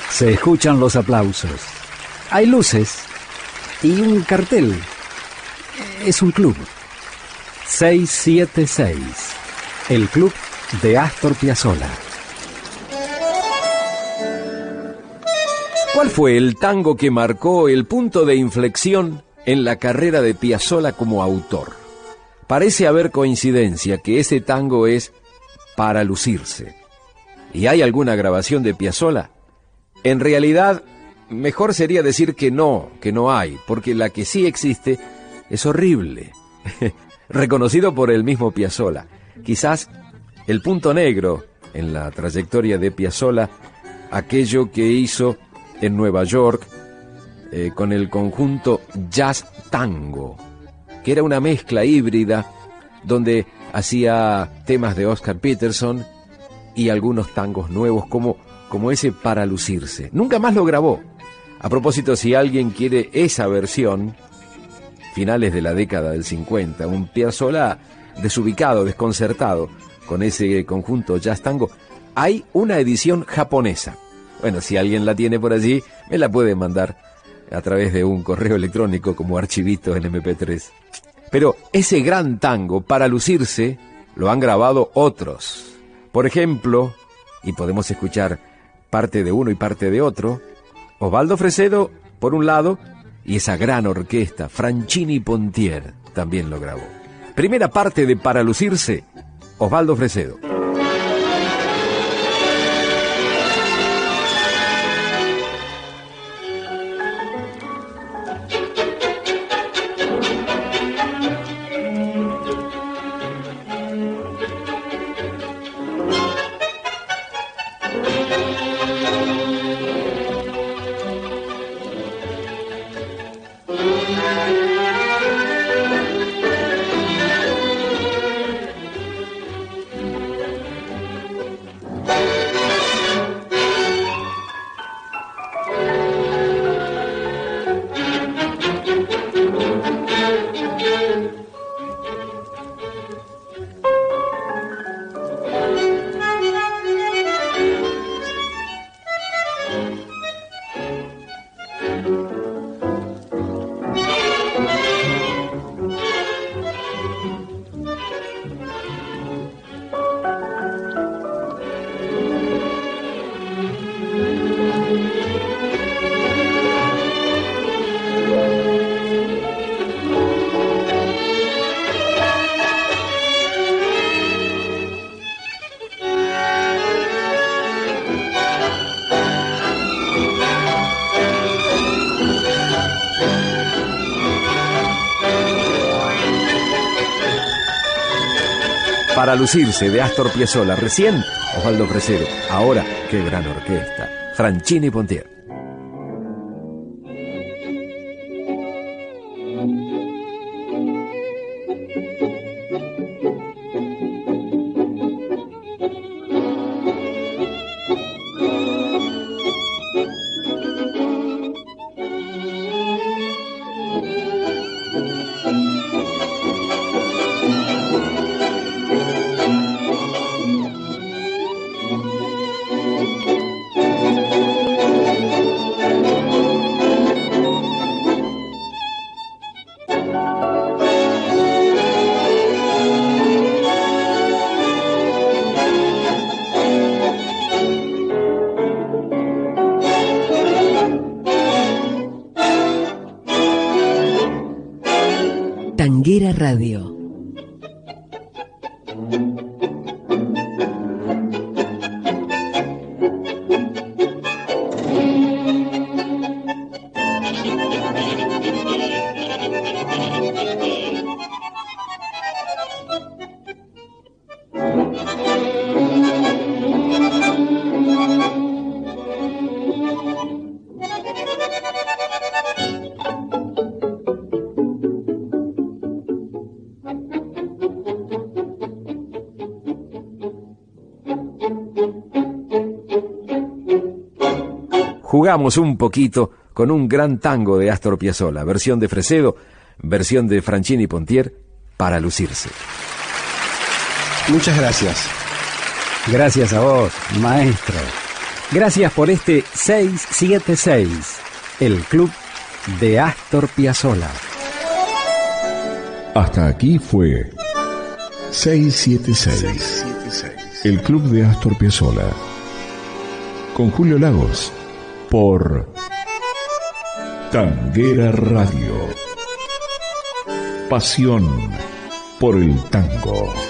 Se escuchan los aplausos. Hay luces y un cartel. Es un club. 676. El club de Astor Piazzolla. ¿Cuál fue el tango que marcó el punto de inflexión en la carrera de Piazzolla como autor? Parece haber coincidencia que ese tango es Para lucirse. ¿Y hay alguna grabación de Piazzolla? En realidad, mejor sería decir que no hay, porque la que sí existe es horrible. Reconocido por el mismo Piazzolla. Quizás el punto negro en la trayectoria de Piazzolla, aquello que hizo en Nueva York con el conjunto Jazz Tango, que era una mezcla híbrida donde hacía temas de Oscar Peterson y algunos tangos nuevos como ese Para lucirse. Nunca más lo grabó. A propósito, si alguien quiere esa versión, finales de la década del 50, un Piazzolla desubicado, desconcertado, con ese conjunto Jazz Tango, hay una edición japonesa. Bueno, si alguien la tiene por allí, me la puede mandar a través de un correo electrónico como archivito en MP3. Pero ese gran tango, Para lucirse, lo han grabado otros. Por ejemplo, y podemos escuchar parte de uno y parte de otro, Osvaldo Fresedo, por un lado, y esa gran orquesta, Franchini Pontier, también lo grabó. Primera parte de Para lucirse, Osvaldo Fresedo. Para lucirse, de Astor Piazzolla. Recién, Osvaldo Fresedo. Ahora, qué gran orquesta. Franchini Pontier. Tanguera Radio. Jugamos un poquito con un gran tango de Astor Piazzolla, versión de Fresedo, versión de Franchini Pontier, Para lucirse. Muchas gracias. Gracias a vos, maestro. Gracias por este 676, el club de Astor Piazzolla. Hasta aquí fue 676, el club de Astor Piazzolla, con Julio Lagos, por Tanguera Radio. Pasión por el tango.